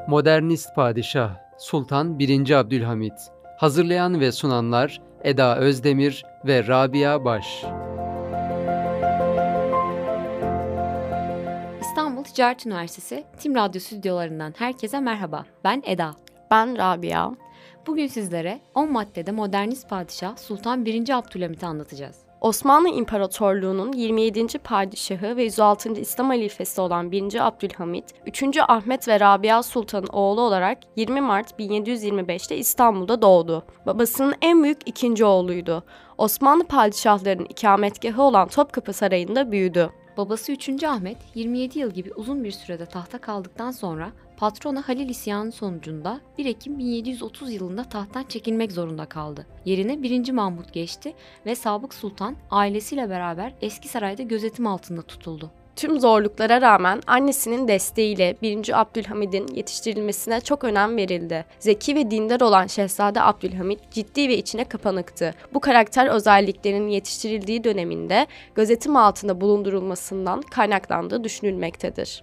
Modernist Padişah Sultan 1. Abdülhamit. Hazırlayan ve sunanlar Eda Özdemir ve Rabia Baş. İstanbul Ticaret Üniversitesi Tim Radyo stüdyolarından herkese merhaba. Ben Eda. Ben Rabia. Bugün sizlere 10 maddede modernist padişah Sultan 1. Abdülhamit'i anlatacağız. Osmanlı İmparatorluğu'nun 27. padişahı ve 106. İslam halifesi olan 1. Abdülhamit, 3. Ahmet ve Rabia Sultan'ın oğlu olarak 20 Mart 1725'te İstanbul'da doğdu. Babasının en büyük ikinci oğluydu. Osmanlı padişahlarının ikametgahı olan Topkapı Sarayı'nda büyüdü. Babası 3. Ahmet 27 yıl gibi uzun bir sürede tahta kaldıktan sonra patrona Halil isyanı sonucunda 1 Ekim 1730 yılında tahttan çekilmek zorunda kaldı. Yerine 1. Mahmut geçti ve Sabık Sultan ailesiyle beraber Eski Saray'da gözetim altında tutuldu. Tüm zorluklara rağmen annesinin desteğiyle 1. Abdülhamid'in yetiştirilmesine çok önem verildi. Zeki ve dindar olan Şehzade Abdülhamid ciddi ve içine kapanıktı. Bu karakter özelliklerinin yetiştirildiği döneminde gözetim altında bulundurulmasından kaynaklandığı düşünülmektedir.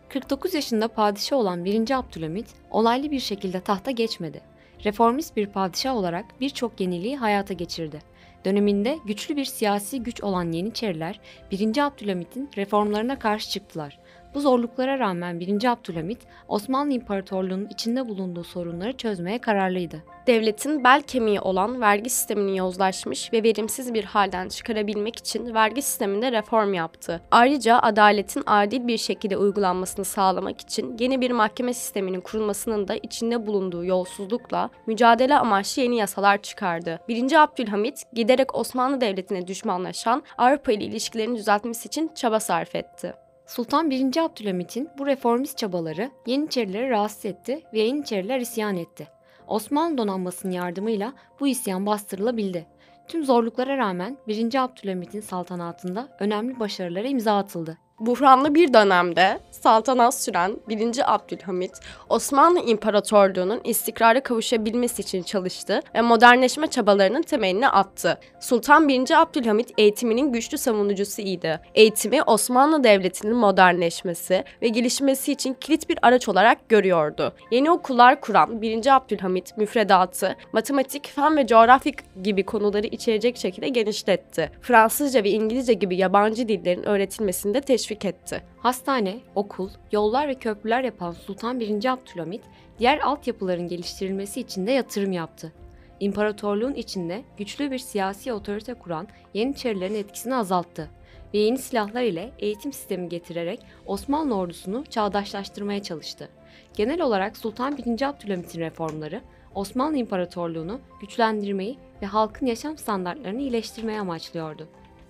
49 yaşında padişah olan 1. Abdülhamit olaylı bir şekilde tahta geçmedi. Reformist bir padişah olarak birçok yeniliği hayata geçirdi. Döneminde güçlü bir siyasi güç olan Yeniçeriler 1. Abdülhamit'in reformlarına karşı çıktılar. Bu zorluklara rağmen 1. Abdülhamit Osmanlı İmparatorluğu'nun içinde bulunduğu sorunları çözmeye kararlıydı. Devletin bel kemiği olan vergi sistemini yozlaşmış ve verimsiz bir halden çıkarabilmek için vergi sisteminde reform yaptı. Ayrıca adaletin adil bir şekilde uygulanmasını sağlamak için yeni bir mahkeme sisteminin kurulmasının da içinde bulunduğu yolsuzlukla mücadele amaçlı yeni yasalar çıkardı. 1. Abdülhamit giderek Osmanlı Devleti'ne düşmanlaşan Avrupa ile ilişkilerini düzeltmesi için çaba sarf etti. Sultan 1. Abdülhamit'in bu reformist çabaları Yeniçerileri rahatsız etti ve Yeniçeriler isyan etti. Osmanlı donanmasının yardımıyla bu isyan bastırılabildi. Tüm zorluklara rağmen 1. Abdülhamit'in saltanatında önemli başarılara imza atıldı. Buhranlı bir dönemde saltanat süren 1. Abdülhamit, Osmanlı İmparatorluğu'nun istikrara kavuşabilmesi için çalıştı ve modernleşme çabalarının temelini attı. Sultan 1. Abdülhamit eğitiminin güçlü savunucusuydu. Eğitimi Osmanlı Devleti'nin modernleşmesi ve gelişmesi için kilit bir araç olarak görüyordu. Yeni okullar kuran 1. Abdülhamit müfredatı, matematik, fen ve coğrafya gibi konuları içerecek şekilde genişletti. Fransızca ve İngilizce gibi yabancı dillerin öğretilmesini de teşvik etti. Hastane, okul, yollar ve köprüler yapan Sultan 1. Abdülhamit, diğer altyapıların geliştirilmesi için de yatırım yaptı. İmparatorluğun içinde güçlü bir siyasi otorite kuran Yeniçerilerin etkisini azalttı ve yeni silahlar ile eğitim sistemi getirerek Osmanlı ordusunu çağdaşlaştırmaya çalıştı. Genel olarak Sultan 1. Abdülhamit'in reformları, Osmanlı İmparatorluğunu güçlendirmeyi ve halkın yaşam standartlarını iyileştirmeyi amaçlıyordu.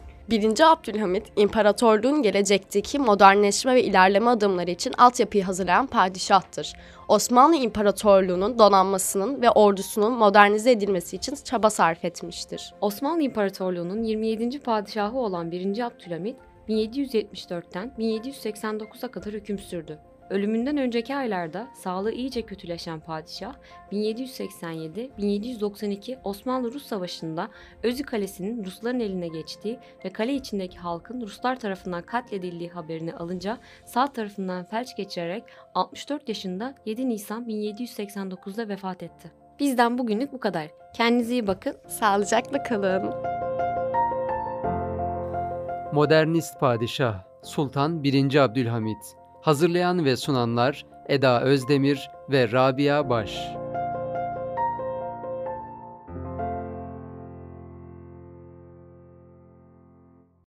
1. Abdülhamit, imparatorluğun gelecekteki modernleşme ve ilerleme adımları için altyapıyı hazırlayan padişahtır. Osmanlı İmparatorluğu'nun donanmasının ve ordusunun modernize edilmesi için çaba sarf etmiştir. Osmanlı İmparatorluğu'nun 27. padişahı olan 1. Abdülhamit, 1774'ten 1789'a kadar hüküm sürdü. Ölümünden önceki aylarda sağlığı iyice kötüleşen padişah, 1787-1792 Osmanlı-Rus Savaşı'nda Özü Kalesi'nin Rusların eline geçtiği ve kale içindeki halkın Ruslar tarafından katledildiği haberini alınca sağ tarafından felç geçirerek 64 yaşında 7 Nisan 1789'da vefat etti. Bizden bugünlük bu kadar. Kendinize iyi bakın. Sağlıcakla kalın. Modernist Padişah Sultan 1. Abdülhamit. Hazırlayan ve sunanlar Eda Özdemir ve Rabia Baş.